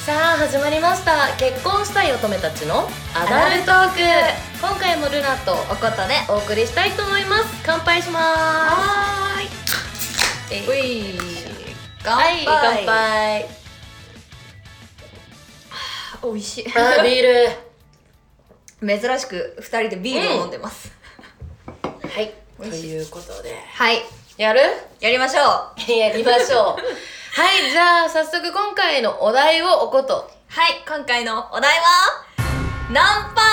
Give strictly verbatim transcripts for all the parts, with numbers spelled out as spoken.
さあ始まりました。結婚したい乙女たちのアダルトーク。今回もルナとおことでお送りしたいと思います。乾杯しまはーいす。えうい乾は杯、 い、乾杯。 おいしい。 あービール珍しくふたりでビールを飲んでます、 はいと美味しいいうことではいやるやりましょう。 やりましょうはい、じゃあ早速今回のお題をおことはい今回のお題はナンパ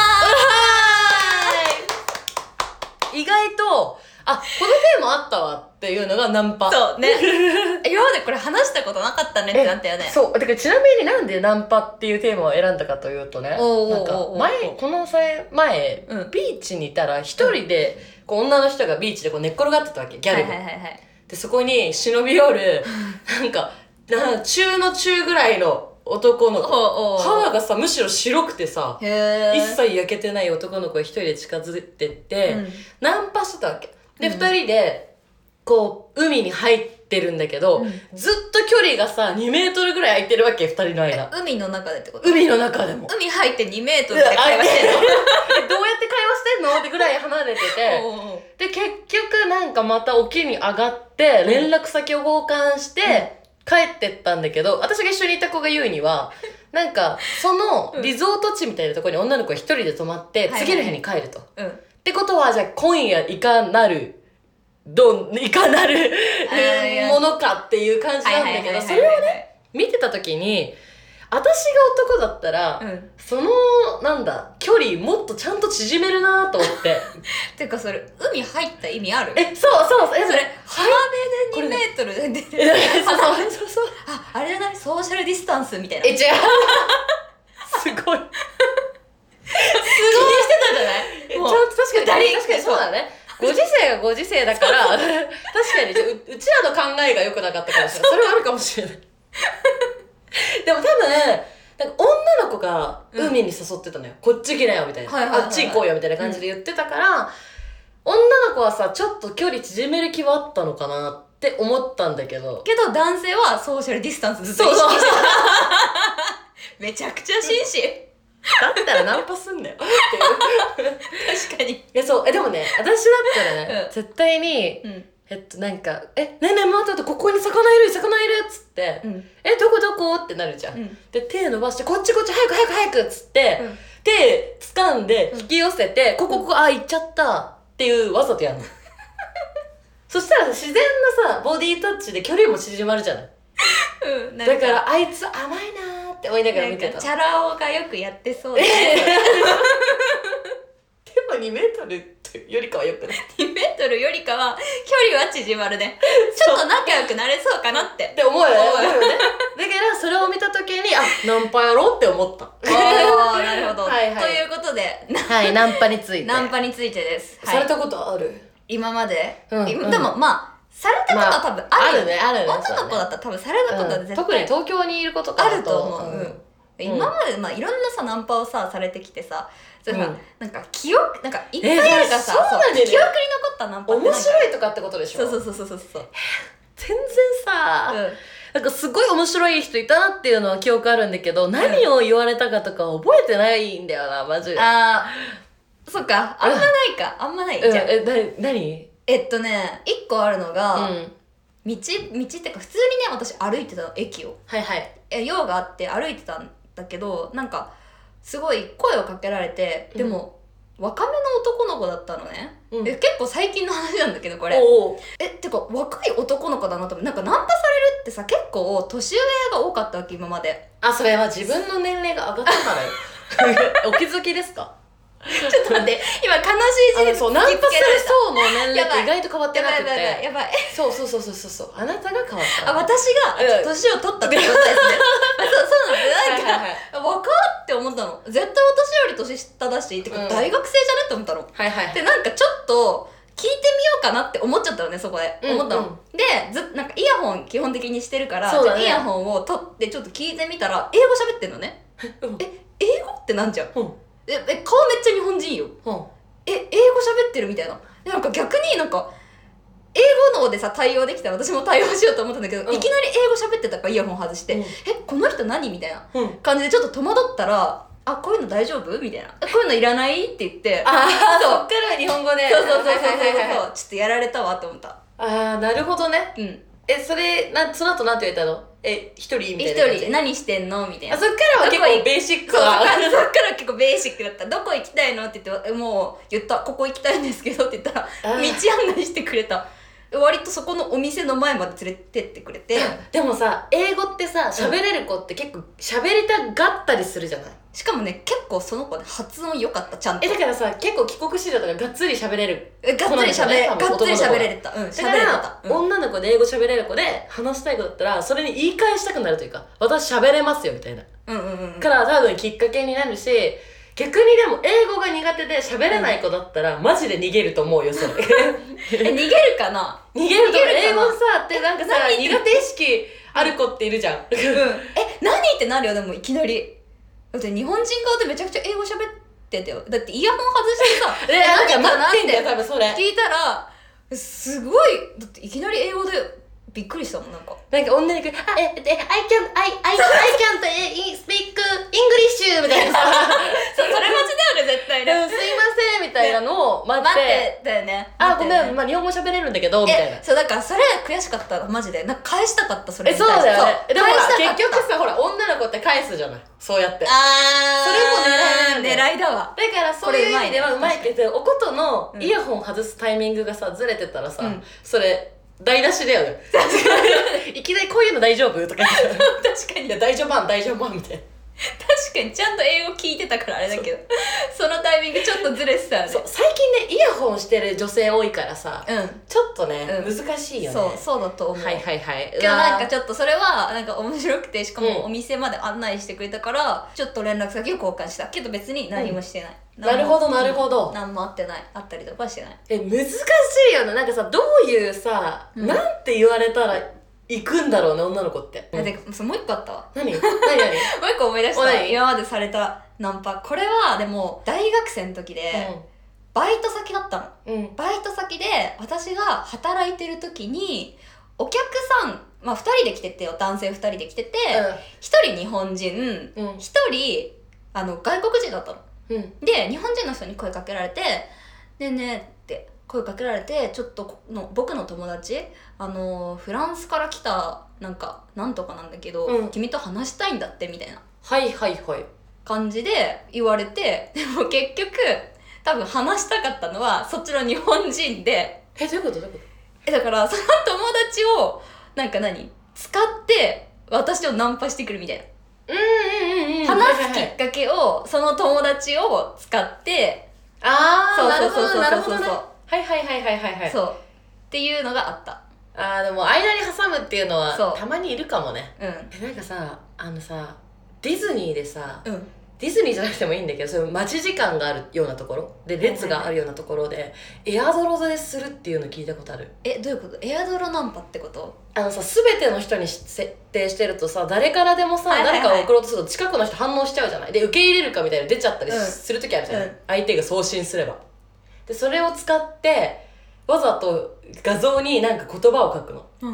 ー意外とあ、このテーマあったわっていうのがナンパ。 そうね今までこれ話したことなかったねってなったよね。 そう。だからちなみになんでナンパっていうテーマを選んだかというとね、 おうおうおうおうなんか前、この際前、 うんビーチにいたら一人で、こう女の人がビーチでこう寝っ転がってたわけ、ギャルで。 はいはいはいはい。 で、そこに忍び寄る、なんか、な中の中ぐらいの男の子。 おうおう肌がさ、むしろ白くてさ、 へー一切焼けてない男の子が一人で近づいてって、 うんナンパしてたわけ。で、 うん二人で、こう、海に入ってるんだけど、 うんずっと距離がさ、にメートルぐらい空いてるわけ、二人の間。 海の中でってこと？ 海の中でも。 海入ってにメートルで会話してんの？ えどうやって会話してんのってぐらい離れてて、 おうおうで、結局なんかまた沖に上がって、連絡先を交換して、帰ってったんだけど、私が一緒にいた子が言うには、なんか、そのリゾート地みたいなところに女の子が一人で泊まって、 うん次の日に帰ると。 うんってことは、じゃあ今夜いかなる、どん、いかなるあーいやものかっていう感じなんだけど、それをね、見てた時に、私が男だったら、 うんその、なんだ、距離もっとちゃんと縮めるなと思って。 てかそれ海入った意味ある？ え、そうそうそう、え、 それ浜辺でにメートルで出てる。 え、そうそうそうそう。 あ、あれじゃない？ソーシャルディスタンスみたいな。 え、違う。すごい。 すごい。気にしてたんじゃない？ えちゃんもうと確かに、確かにそうだね。ご時世がご時世だから、確かにう、うちらの考えが良くなかったかもしれない。それはあるかもしれない。でも多分、なんか女の子が海に誘ってたのよ。こっち来なよ、みたいな。 はいはいはいはいあっち行こうよ、みたいな感じで言ってたから、女の子はさ、ちょっと距離縮める気はあったのかなって思ったんだけど。 けど男性はソーシャルディスタンスずっと意識してた。めちゃくちゃ紳士。 だったらナンパすんなよ。っていう。 確かに。 いや、そう。え、でもね、私だったらね、 うん絶対に、 うん。 えっと、なんか、え、ねえねえ、待って待って、ここに魚いる、魚いるっつって、 うん。 え、どこどこってなるじゃん。 うんで、手伸ばして、こっちこっち、早く早く早くっつって、 うん手掴んで、 うん引き寄せて、ここここ、あ、行っちゃったっていうわざとやるの。そしたらさ、自然なさ、ボディタッチで距離も縮まるじゃない。 うん。なんだから、あいつ甘いなーって思いながら見てた。 なんかチャラ男がよくやってそうで。 でもにメートルよりかはよくない。 にメートルよりかは距離は縮まるね。ちょっと仲良くなれそうかなって。 って思うよね。 思う思うよね。だから、それを見たときに、あ、ナンパやろうって思った。 ああ、なるほど。 はいはいということで、 はい、ナンパについて。 ナンパについてです。はいされたことある？ 今まで、 うんうん今でもまあされたことは多分あるよ、 まああるねあるね女の子だったら多分されたことは絶対、 特に東京にいることかあだると思う、うんん今まで、まあ、いろんなさナンパをさされてきてさ、それさうんなんか記憶なんかいっぱいあるからさ、 えそうなんだよね記憶に残ったナンパってなん面か白いとかってことでしょ？ そうそうそうそうそうそう、 全然さ、 うんなんかすごい面白い人いたなっていうのは記憶あるんだけど、何を言われたかとか覚えてないんだよな、マジで。 あーそっかあんまないか、あんまない、 うん、 じゃあえ、な、何？ えっとね一個あるのが、 うん。 道道っていうか普通にね私歩いてたの駅をはいはい。 え用があって歩いてたんだけどなんかすごい声をかけられて、でも若めの男の子だったのね、 うんえ結構最近の話なんだけどこれおうえってか若い男の子だなと思って、なんかナンパされるってさ結構年上が多かったわけ今まで。 あ、それは自分の年齢が上がったからよ。お気づきですか？ ちょっと待って今悲しい事実そう、ナンパされそうの年齢って意外と変わってやばいなくて。 やばいやばいやばいそうそうそうそうそうそう。あなたが変わった。 あ私がうん年を取ったってことですねあそうそうなんですなんか、 はいはい若って思ったの。絶対私より年下だし、てかうん大学生じゃねって思ったの。 はいはい。 でなんかちょっと聞いてみようかなって思っちゃったのねそこで、 うん思ったの、 うんでずなんかイヤホン基本的にしてるから、 そうだねじゃあイヤホンを取ってちょっと聞いてみたら英語喋ってんのね。 うんえ英語ってなんじゃん。 うんええ顔めっちゃ日本人よ。 うんえ英語喋ってるみたいな。でなんか逆になんか英語のでさ対応できたら私も対応しようと思ったんだけど、うん、いきなり英語喋ってたからイヤホン外して、うん、えこの人何みたいな感じでちょっと戸惑ったら、あこういうの大丈夫みたいな、こういうのいらないって言ってああそっから日本語でそうそうそうそうそうそうちょっとやられたわって思った。 ああなるほどね。うんえそれなその後なんて言ったの？え一人みたいな感じ？ 一人何してんのみたいな。 あそっからは結構ベーシックはそっから結構ベーシックだった。どこ行きたいのって言ってもう言ったここ行きたいんですけどって言ったら道案内してくれた。割とそこのお店の前まで連れてってくれてでもさ英語ってさ喋れる子って結構喋りたがったりするじゃない。 しかもね結構その子で発音良かったちゃんと。 えだからさ結構帰国子女とかがっつり喋れるがっつり喋れがっつり喋れれた。うん喋れれた、 うん、女の子で英語喋れる子で話したい子だったらそれに言い返したくなるというか私喋れますよみたいな、 うんうんうん、 から多分きっかけになるし逆にでも英語が苦手で喋れない子だったら、うん、マジで逃げると思うよそれえ逃げるかな逃げると英語さってなんかさ苦手意識ある子っているじゃん、うん、え何ってなるよでもいきなりだって日本人側でめちゃくちゃ英語喋ってたよ。だってイヤホン外してさえなんか待ってんだよ多分それ聞いたらすごいだっていきなり英語でびっくりしたもんなんかなんか女の子あええ I can't I I I can't speak English みたいなさそれ待ちだよね絶対ねすいませんみたいなのを待って待ってだよねあごめん、まあ、日本語喋れるんだけどみたいなそうだからそれ悔しかったマジでなんか返したかったそれえそうだよねでもほら結局さほら女の子って返すじゃないそうやってあーそれも狙い狙いだわだからそういう意味ではうまいけどおことのイヤホン外すタイミングがさずれてたらさ、うん、それ台無しだよねいきなりこういうの大丈夫とか言って確かにいや大丈夫マン大丈夫マンみたいな確かにちゃんと英語聞いてたからあれだけど そ, そのタイミングちょっとずれてたよね。 そう最近ねイヤホンしてる女性多いからさ、うん、ちょっとね、うん、難しいよね。 そうそうだと思う。 はいはいはい。 けどなんかちょっとそれはなんか面白くてしかもお店まで案内してくれたから、うん、ちょっと連絡先を交換したけど別に何もしてない、 うん、なるほどなるほど。 何もあってないあったりとかしてない。 え難しいよね。なんかさどういうさ、うん、なんて言われたら行くんだろうね女の子って、 うん、でそもう一個あったわ。 何何何もう一個思い出した今までされたナンパ。これはでも大学生の時で、うん、バイト先だったの、うん、バイト先で私が働いてる時にお客さん、まあ、ふたりで来てて男性ふたりで来てて、うん、ひとり日本人、うん、ひとりあの外国人だったの、うん、で日本人の人に声かけられて「ねえねえ」って声かけられてちょっとの僕の友達あのフランスから来たなんかなんとかなんだけど、うん、君と話したいんだってみたいなはいはいはい感じで言われてでも結局多分話したかったのはそっちの日本人でえどういうことどういうことえだからその友達をなんか何使って私をナンパしてくるみたいなうんうんうんうん話すきっかけをその友達を使ってああそうそうそうそうそうそうはいはいはいはいはいはいそうっていうのがあった。 あーでも間に挟むっていうのはそうたまにいるかもね。 うんえなんかさあのさディズニーでさ、 うん、 ディズニーじゃなくてもいいんだけどそういう待ち時間があるようなところで列があるようなところで、エアドロでするっていうの聞いたことある。 えどういうこと？エアドロナンパってこと？ あのさ全ての人に設定してるとさ誰からでもさ、はいはいはい、誰かを送ろうとすると近くの人反応しちゃうじゃない。で受け入れるかみたいなの出ちゃったりする時あるじゃない、うん、相手が送信すれば。でそれを使ってわざと画像になんか言葉を書くの、うん、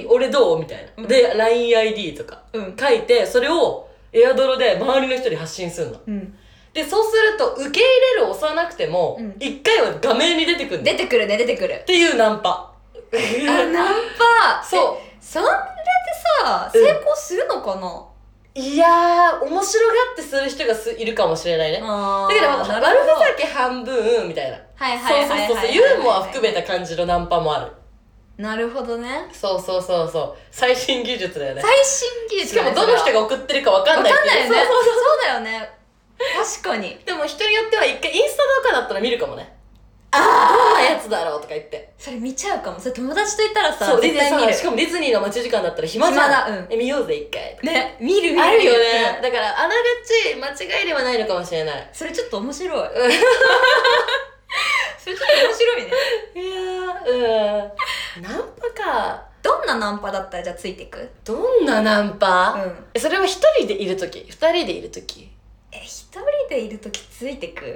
俺どうみたいな、うん、で ラインアイディー とか書いて、うん、それをエアドロで周りの人に発信するの、うん、でそうすると受け入れる押さなくても一、うん、回は画面に出てくる出てくるね出てくるっていうナンパあナンパそうそれでさ成功するのかな、うんいやー面白がってする人がすいるかもしれないね。だけど悪ふざけ半分みたいな。 はいはいはいはいそうそうそうユーモア含めた感じのナンパもある。 なるほどね。 そうそうそうそう最新技術だよね。 最新技術だね。しかもどの人が送ってるか分かんないっていう。 分かんないよね。そうそうそうだよね。確かに。 でも人によっては一回インスタとかだったら見るかもね。 ああどんなやつだろうとか言ってそれ見ちゃうかも。それ友達と言ったらさそう絶対見る。しかもディズニーの待ち時間だったら暇じゃん。 暇だ、うん、 え見ようぜ一回ね見る見るあるよね。だからあながち間違いではないのかもしれない。 それちょっと面白いそれちょっと面白いねいやーうんナンパか。 どんなナンパだったらじゃあついてく？ どんなナンパ、うん、それは一人でいるとき二人でいるときえ一人でいるときついてく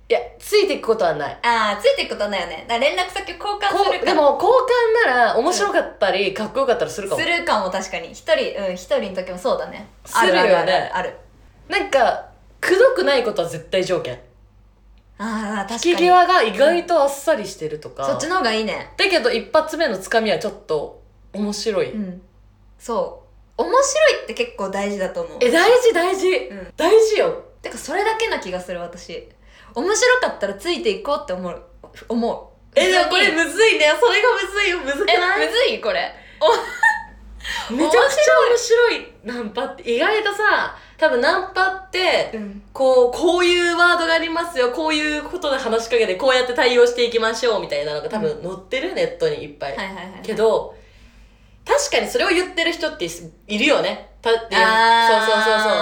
いや、ついていくことはない。 ああ、ついていくことはないよね。だから連絡先交換するか。 でも交換なら面白かったり、うん、かっこよかったらするかも。 するかも、確かに。一人、うん、一人の時もそうだね。 するよね。 あるあるあるある。 なんか、くどくないことは絶対条件。 ああ、確かに。 引き際が意外とあっさりしてるとか、 うん、そっちの方がいいね。 だけど一発目のつかみはちょっと面白い。 うん。そう。面白いって結構大事だと思う。 え、大事大事、うん、大事よ。 てかそれだけな気がする、私。面白かったらついていこうって思う。思う。 え、でもこれむずいね。それがむずいよ。むずくない？ え、むずいこれ。 めちゃくちゃ面白いナンパって。意外とさ、多分ナンパって、うん、こう、こういうワードがありますよ。こういうことで話しかけて、こうやって対応していきましょう。みたいなのが多分載ってる、うん、ネットにいっぱい。 はいはいはい、はい。 けど、確かにそれを言ってる人っているよね。たってそうそうそうそう。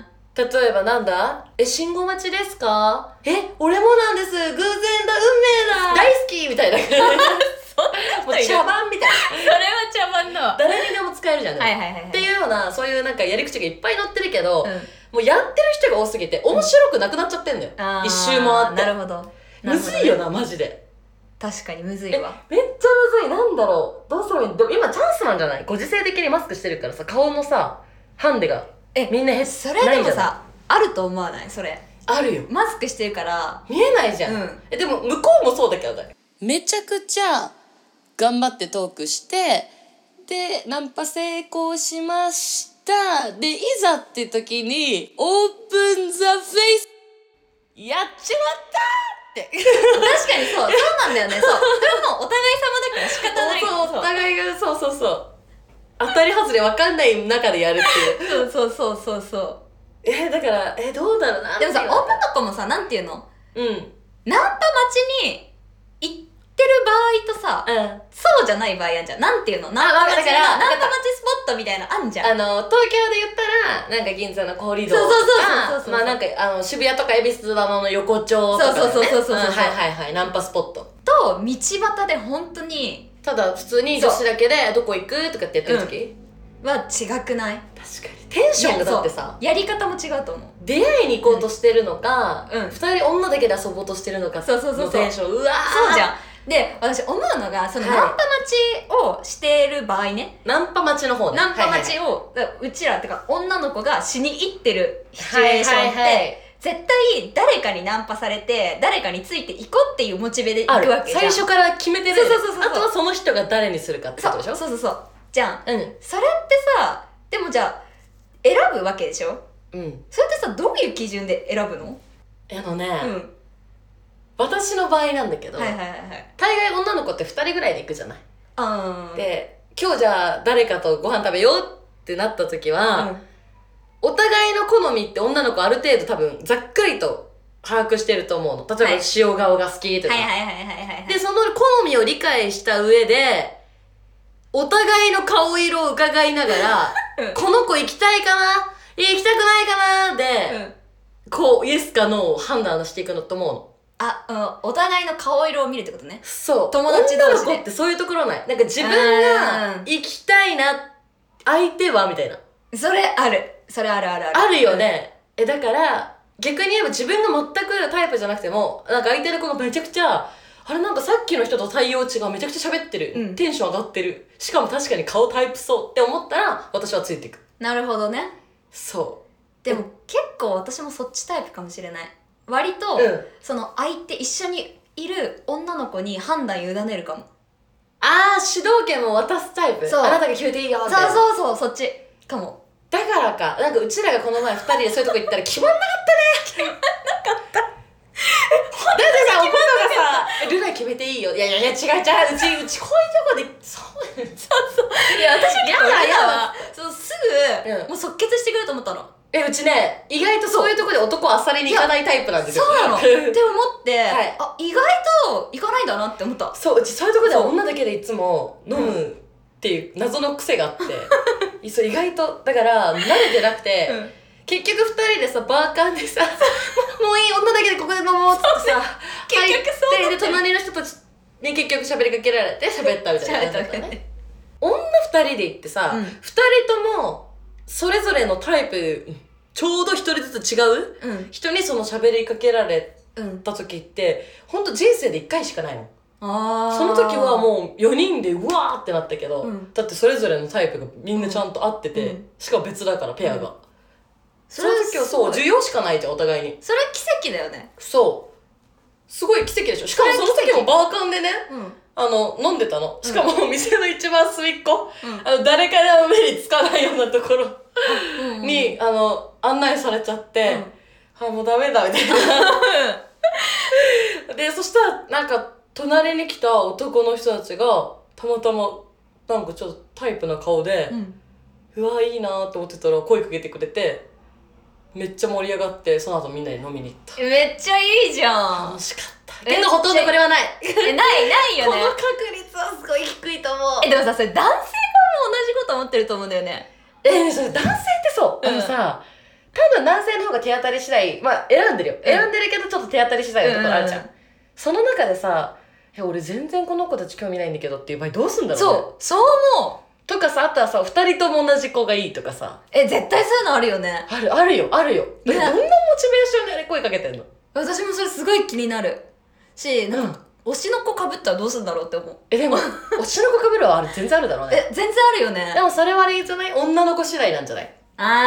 例えばなんだえ、信号待ちですかえ、俺もなんです。偶然だ、運命だ。大好きみたいな。もう茶番みたいな。 それは茶番だわ。 誰にでも使えるじゃん。 はいはいはい、はい。 っていうような、そういうなんかやり口がいっぱい載ってるけど、うん、もうやってる人が多すぎて、面白くなくなっちゃってんだよ。うん、一周回って。 なるほど。 むずいよな、マジで。 確かにむずいわ。 めっちゃむずい。なんだろう。どうすればいい？でも今チャンスなんじゃない？ご時世的にマスクしてるからさ、顔のさ、ハンデが。え、みんな減ってないじゃん。 それでもさ、あると思わない？それ。 あるよ。 マスクしてるから。 見えないじゃん。うん、え、でも向こうもそうだけどね。めちゃくちゃ頑張ってトークして、で、ナンパ成功しました。で、いざって時に、オープンザフェイスやっちまったって確かにそう、そうなんだよね。そう。それはもうお互い様だから仕方ない。 そうそう、お互いが、そうそうそう。当たり外れ分かんない中でやるっていう。 そうそうそうそうそう。 えー、だから、えー、どうだろうな。 でもさ、女の子もさ、なんていうの？ うん。 ナンパ待ちに行ってる場合とさ、うん、そうじゃない場合あんじゃん。なんていうの？ナンパ待ちが、ナンパ待ちスポットみたいなあんじゃん。 あの、東京で言ったら、なんか銀座のコリドーとか、そうそうそうそう。まあなんか、あの、渋谷とか恵比寿座の横丁とか、ね。そうそうそうそうそう。はいはいはい、ナンパスポット。 と、道端で本当に、 ただ普通に女子だけでどこ行くとかってやってる時、 うん、は違くない？ 確かにテンションがだってさ、 やり方も違うと思う。 出会いに行こうとしてるのか、うん、二人女だけで遊ぼうとしてるのか、 そうそうそうそう、 テンション、うわー、 そうじゃん。で、私思うのが、そのナンパ待ちをしてる場合ね、 ナンパ待ちの方ね、 ナンパ待ちを、はいはいはい、うちらってか女の子がしに行ってるシチュエーションって、はいはいはい、絶対誰かにナンパされて誰かについて行こうっていうモチベで行くわけじゃん。 最初から決めてる。 そうそうそうそう。 あとはその人が誰にするかってことでしょ。 そうそうそうそうじゃん、うん、それってさ、でもじゃあ選ぶわけでしょ。うん。それってさ、どういう基準で選ぶの？ あのね、うん、私の場合なんだけど、はいはいはいはい、大概女の子ってふたりぐらいで行くじゃない。あー。で、今日じゃあ誰かとご飯食べようってなった時は、うん、お互いの好みって女の子ある程度多分ざっくりと把握してると思うの。例えば塩顔が好きとか。はいはいはいはいはい。で、その好みを理解した上で、お互いの顔色を伺いながら、うん、この子行きたいかな、いや行きたくないかなで、うん、こう、イエスかノーを判断していくのと思うの。 あ、うん、お互いの顔色を見るってことね。 そう。 友達同士で。 女の子ってそういうところない。なんか自分が行きたいな、相手はみたいな。 それある。それあるあるある。 あるよね。うん、え、だから、逆に言えば自分が全くタイプじゃなくても、なんか相手の子がめちゃくちゃ、あれなんかさっきの人と対応違う、めちゃくちゃ喋ってる、うん、テンション上がってる、しかも確かに顔タイプそうって思ったら、私はついていく。 なるほどね。 そう。 でも結構私もそっちタイプかもしれない。割と、うん、その相手一緒にいる女の子に判断委ねるかも。あー、主導権も渡すタイプ。そう。あなたが決めていいよって。 そうそうそう、そっちかも。 だからか。なんかうちらがこの前二人でそういうとこ行ったら決まんなかったね。決まんなかった。だってさ、おことがさ、ルナ決めていいよ。いやいやいや、違う違う。うち、うちこういうとこで、そう。そうそう。いや、私は結構嫌だわ。 そう、すぐ、うん、もう即決してくると思ったの。 え、うちね、意外とそういうとこで男あっさりに行かないタイプなんですよ。 そうなのって思って、はい、あ、意外と行かないんだなって思った。 そう、うちそういうとこでは女だけでいつも飲むっていう謎の癖があって、そう意外と、だから慣れてなくて、うん、結局二人でさ、バーカンでさ、もういい、女だけでここで飲もうってさ、 結局そう入って、で、隣の人たちに結局喋りかけられて喋ったみたいな感じだったね。女二人で行ってさ、二、うん、人とも、それぞれのタイプ、ちょうど一人ずつ違う、うん、人にその喋りかけられた時って、うん、ほんと人生でいっかいしかないの。 あその時はもうよにんでうわーってなったけど、 うん、 だってそれぞれのタイプがみんなちゃんと合ってて、うん、しかも別だからペアが、うん、その時はそう需要しかないじゃんお互いに。 それ奇跡だよね。 そうすごい奇跡でしょ。しかもその時もバーカンでね、うん、あの飲んでたの。しかも店の一番隅っこ、うん、あの誰からも目につかないようなところに、うん、あの案内されちゃって、うん、あもうダメだみたいなでそしたらなんか隣に来た男の人たちがたまたまなんかちょっとタイプな顔で、うん、うわいいなと思ってたら声かけてくれて、めっちゃ盛り上がって、その後みんなで飲みに行った。 めっちゃいいじゃん。 楽しかった。けどほとんどこれはない。 え、ないないよね。 この確率はすごい低いと思う。 え、でもさ、それ男性からも同じこと思ってると思うんだよね。 え、それ男性ってそう。うん、あのさ、多分男性の方が手当たり次第、まあ選んでるよ。選んでるけどちょっと手当たり次第のところあるじゃん。うんうんうん、その中でさ、いや俺全然この子たち興味ないんだけどっていう場合どうすんだろうね。 そう、そう思う。 とかさ、あとはさ、二人とも同じ子がいいとかさ。 え、絶対そういうのあるよね。 ある、あるよ、あるよ。どんなモチベーションであれ声かけてんの？ 私もそれすごい気になる。し、なんか、うん、推しの子被ったらどうすんだろうって思う。 え、でも、推しの子被るはあれ全然あるだろうね。 え、全然あるよね。 でもそれはあれじゃない？女の子次第なんじゃない？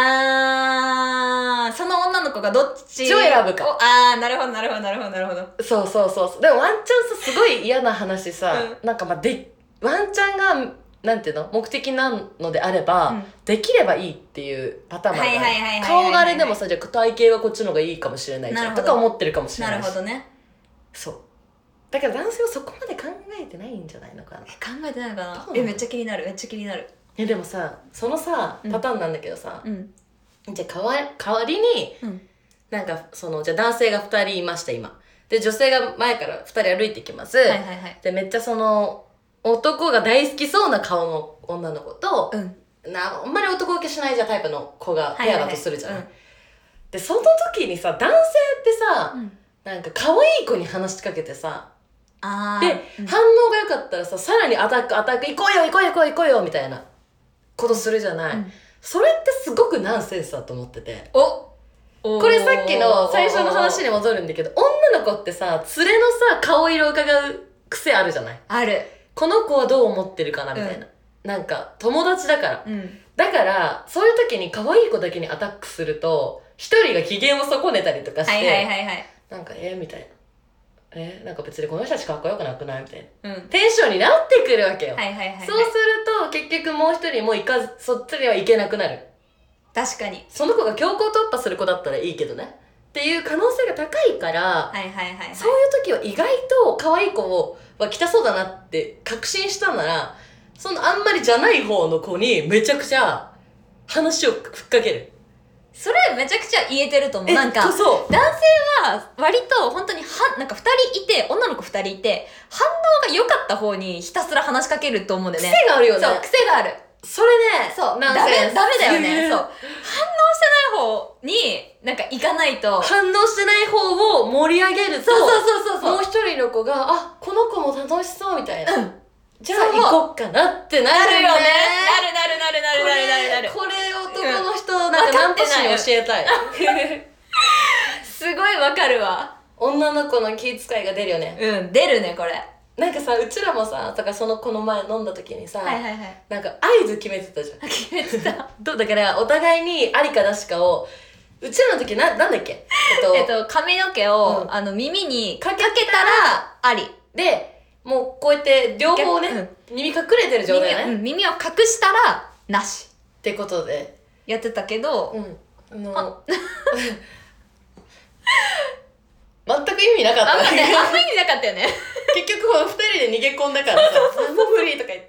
あー、その女の子がどっちを選ぶか。 あー、なるほど、なるほど、なるほど、なるほど。 そうそうそう。でもワンチャンさ、すごい嫌な話さ、うん、なんかまあ、で、ワンチャンが、なんていうの目的なのであれば、うん、できればいいっていうパターンもあるから、顔があれでもさ、じゃあ体型はこっちの方がいいかもしれないじゃんとか思ってるかもしれないし。 なるほどね。 そう。だから男性はそこまで考えてないんじゃないのかな。 え、考えてないのかな。え、めっちゃ気になる、めっちゃ気になる。 え、でもさ、そのさ、パターンなんだけどさ、うん、じゃあ代わ代わりに、うん、なんかその、じゃあ男性がふたりいました、今。で、女性が前からふたり歩いてきます。はいはいはい。で、めっちゃその、男が大好きそうな顔の女の子と、うん、なあんまり男受けしないじゃんタイプの子がペアだとするじゃない。はいはいはい、うん、でその時にさ男性ってさ、うん、なんか可愛い子に話しかけてさ、あで、うん、反応が良かったらささらにアタックアタック行こうよ行こうよ行こうよ行こうよみたいなことするじゃない、うん、それってすごくナンセンスだと思ってて。おこれさっきの最初の話に戻るんだけど、女の子ってさ連れのさ顔色を伺う癖あるじゃない。ある。この子はどう思ってるかなみたいな、うん、なんか友達だから、うん、だからそういう時に可愛い子だけにアタックすると一人が機嫌を損ねたりとかして、はいはいはいはい、なんかえー、みたいなえー、なんか別にこの人たちかっこよくなくないみたいな、うん、テンションになってくるわけよ、はいはいはいはい、そうすると結局もう一人も行かずそっちには行けなくなる。確かにその子が強行突破する子だったらいいけどねっていう可能性が高いから、はいはいはいはい、そういう時は意外と可愛い子は来たそうだなって確信したなら、そのあんまりじゃない方の子にめちゃくちゃ話をふっかける。それめちゃくちゃ言えてると思う。なんかそう男性は割と本当にはなんかふたりいて女の子ふたりいて反応が良かった方にひたすら話しかけると思うんだよね。癖があるよね。そう癖がある。それね、そうダメダメだよね。そう反応してない方になんか行かないと、反応してない方を盛り上げると、そうそうそうそう、もう一人の子があこの子も楽しそうみたいな、うん、じゃあ行こっかなってなるよね。なるなるなるなるなるなるなるなる。これ男の人、うん、なんかナンパ師に教えたい。すごいわかるわ。女の子の気遣いが出るよね。うん出るねこれ。なんかさうちらもさとかそのこの前飲んだ時にさ、はいはいはい、なんか合図決めてたじゃん。決めてた。どうだからお互いにありかなしかをうちらの時ななんだっけえっとえっと髪の毛を、うん、あの耳にかけたらありでもうこうやって両方ね、うん、耳隠れてる状態ね。耳, うん、耳を隠したらなしってことでやってたけど、うん、あのあ全く意味なかった。あんま、ね、あんま意味なかったよね。結局このふたりで逃げ込んだからさ、もう無理とか言って。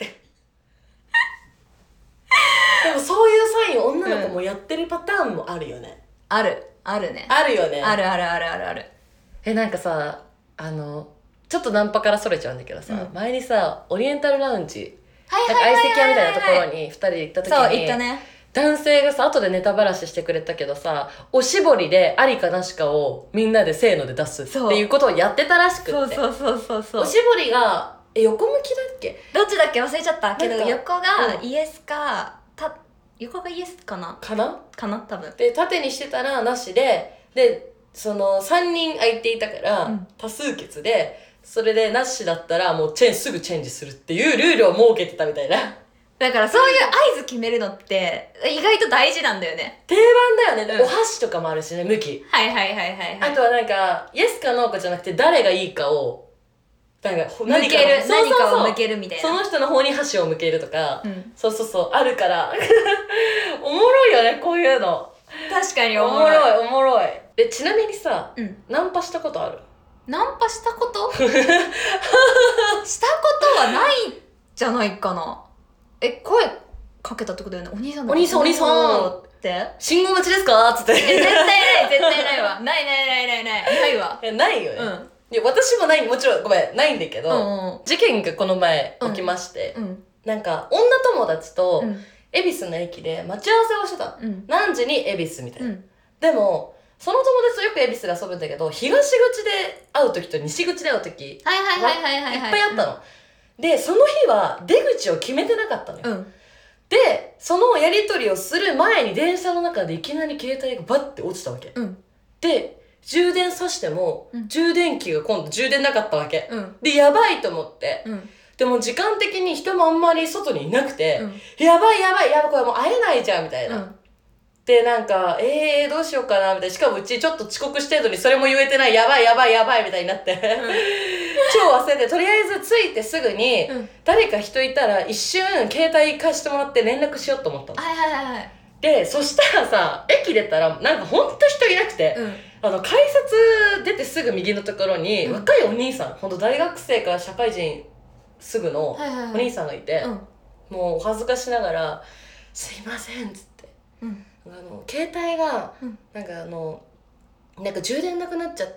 でもそういうサイン女の子もやってるパターンもあるよね。うん、ある。あるね。あるよね。あるあるあるあるある。え、なんかさ、あの、ちょっとナンパからそれちゃうんだけどさ、うん、前にさ、オリエンタルラウンジ、なんか相席屋みたいなところにふたりで行った時に、そう、行ったね。男性がさ、後でネタばらししてくれたけどさ、おしぼりでありかなしかをみんなでせーので出すっていうことをやってたらしくって。そうそうそうそうそう。おしぼりが、え、横向きだっけ？どっちだっけ忘れちゃったけど、横がイエスか、た、横がイエスかなかなかな多分。で、縦にしてたらなしで、で、 そのさんにん空いていたから、うん、多数決でそれでなしだったらもうチェンすぐチェンジするっていうルールを設けてたみたいな。 だからそういう合図決めるのって意外と大事なんだよね。 定番だよね、うん、お箸とかもあるしね、向き。 はいはいはいはい、はい、 あとはなんかイエスかノーかじゃなくて誰がいいかをなんか何か向ける、何かを向けるみたいな。 その人の方に箸を向けるとか、うん、そうそうそうあるからおもろいよねこういうの。 確かにおもろいおもろいおもろい。でちなみにさ、うん、ナンパしたことある？ ナンパしたことしたことはないんじゃないかな。え、声かけたってことだよね。お兄さんだ。 お兄さんお兄さんって信号待ちですかつって。 え、絶対ない絶対ないわ。ないないないないないないわ。 いやないよね。うん。いや私もない、もちろんごめんないんだけど、うんうん、事件がこの前起きまして、うんうん、なんか女友達と恵比寿の駅で待ち合わせをしてた、うん、何時に恵比寿みたいな、うん、でもその友達とよく恵比寿で遊ぶんだけど、東口で会う時と西口で会う時はいはいはいはいはい、 いっぱいあったの、うん、でその日は出口を決めてなかったのよ、うん、でそのやり取りをする前に電車の中でいきなり携帯がバッて落ちたわけ、うん、で充電さしても、うん、充電器が今度充電なかったわけ、うん、でやばいと思って、うん、でも時間的に人もあんまり外にいなくて、うん、やばいやばいやばいこれもう会えないじゃんみたいな、うん、でなんかえーどうしようかなみたいな、しかもうちちょっと遅刻してるのにそれも言えてない、やばいやばいやばいみたいになって、うん、超忘れてとりあえず着いてすぐに、うん、誰か人いたら一瞬携帯貸してもらって連絡しようと思ったの、 はいはいはい、 でそしたらさ駅出たらなんかほんと人いなくて、うん、あの改札出てすぐ右のところに、うん、若いお兄さん、ほんと大学生から社会人すぐのお兄さんがいて、はいはいはい、もうお恥ずかしながら「すいません」っつって、うん、あの携帯が、うん、なんかあのなんか充電なくなっちゃって、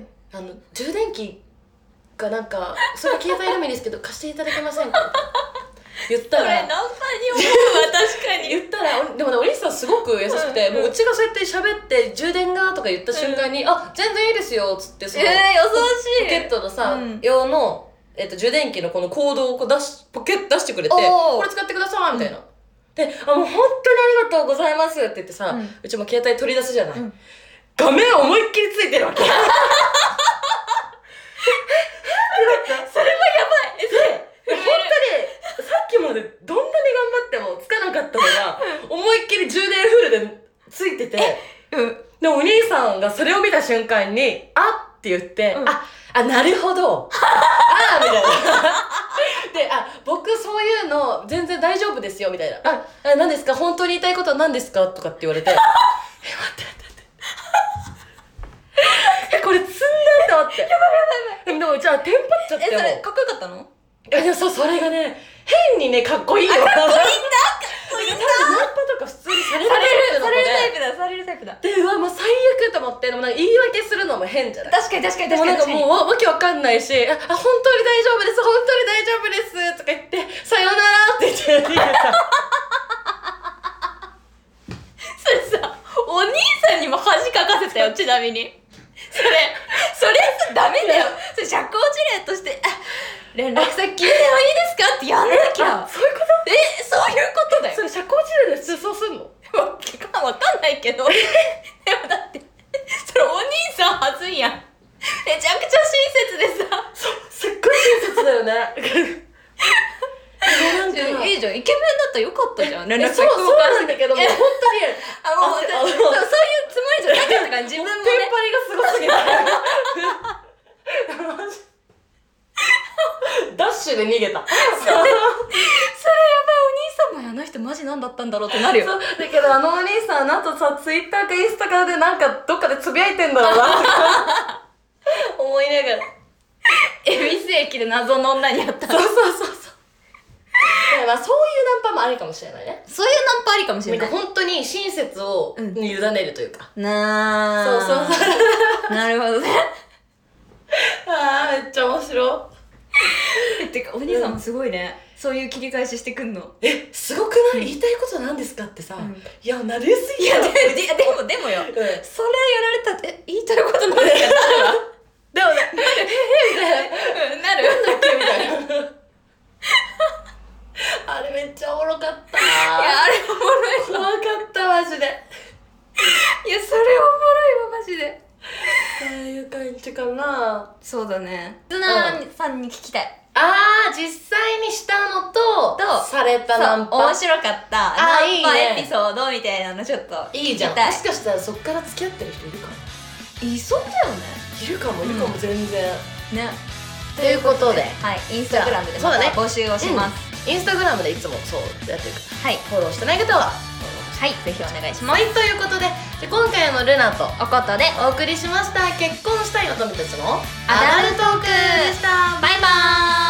うん、あの充電器がなんかそれ携帯でもいいですけど貸していただけませんか言ったらそれナンパに思うわ確かに言ったら、でもねお兄さんすごく優しくて、うんうん、もううちがそうやって喋って充電がとか言った瞬間に、うん、あ全然いいですよっつってその、 えー、優しいポケットのさ、うん、用の、えー、と充電器のこのコードをこう出しポケット出してくれてこれ使ってくださいみたいな、うん、であもう本当にありがとうございますって言ってさ、うん、うちも携帯取り出すじゃない、うん、画面思いっきりついてるわけそれもやばいで本当にさっきまでどんなに頑張ってもつかなかったのが思いっきり充電フルでついてて、うん、でお兄さんがそれを見た瞬間にあって言って、うん、ああなるほどああみたいなであ僕そういうの全然大丈夫ですよみたいな、ああ何ですか本当に言いたいことは何ですかとかって言われてえ待って待って待ってえこれ積んだって思ってやばいやばいやばいでもじゃあテンパっちゃってもえそれかっこよかったの？ いやでもそうそれがね変にねかっこいいよ。 かっこいいんだかっこいいんだ。 ナンパとか普通にされるされるタイプだされるタイプだ。 でうわもう最悪と思って、でもなんか言い訳するのも変じゃない。 確かに確かに確かに。 でもなんかもうわけわかんないし、あ本当に大丈夫です本当に大丈夫ですとか言ってさよならって言って逃げた。 それさお兄さんにも恥かかせたよちなみに。それそれダメだよ。それ社交辞令として連絡先聞いてもいいですかってやんなきゃ。 そういうこと？ え、そういうことだよ。 それ社交辞令で普通そうすんの？ わかんないけどでもだってそれお兄さんはずいやん。めちゃくちゃ親切でさそうすっごい親切だよねなんかいいじゃんイケメンだったらよかったじゃん。連絡先そうそうなんだけどもう本当にあもうそうそういうつもりじゃなかったから自分もねテンパりがすごすぎたダッシュで逃げたそれ、それやばいお兄さんもあの人マジなんだったんだろうってなるよ。 そうだけどあのお兄さんあの後さツイッターかインスタかでなんかどっかでつぶやいてんだろうな思いながら恵比寿駅で謎の女に会ったそうそうそうそうまあそういうナンパもありかもしれないね。 そういうナンパありかもしれない。 なんか本当に親切を委ねるというか、 うん、なーそうそうそうなるほどねあーめっちゃ面白いてかお兄さんもすごいね、うん、そういう切り返ししてくんの。 えすごくない、うん、言いたいことなんですかってさ、うん、いやなりすぎやでもでもでもよ、うん、それやられたって言いたいことなんですかでもねなるみたいななるなんだっけみたいなあれめっちゃおもろかった。いやあれおもろい怖かったマジで。 いやそれおもろいわマジでいう感じかな。 そうだね。リスナーさんに聞きたい。 あー、実際にしたのと、 とされたナンパ。 面白かったあーナンパいいねエピソードみたいなのちょっといいじゃん。 聞きたい。 もしかしたらそっから付き合ってる人いるかも。 いそうだよね。 いるかも、いるかも、全然。 ね。 ということで、 はい、インスタグラムでまた募集をします。 インスタグラムでいつもそうやってるから、 はい、 フォローしてない方ははい、ぜひお願いします。 はい、ということで、じゃ今回もルナとおことでお送りしました結婚したい乙女たちのアダルトークでした。 バイバーイ。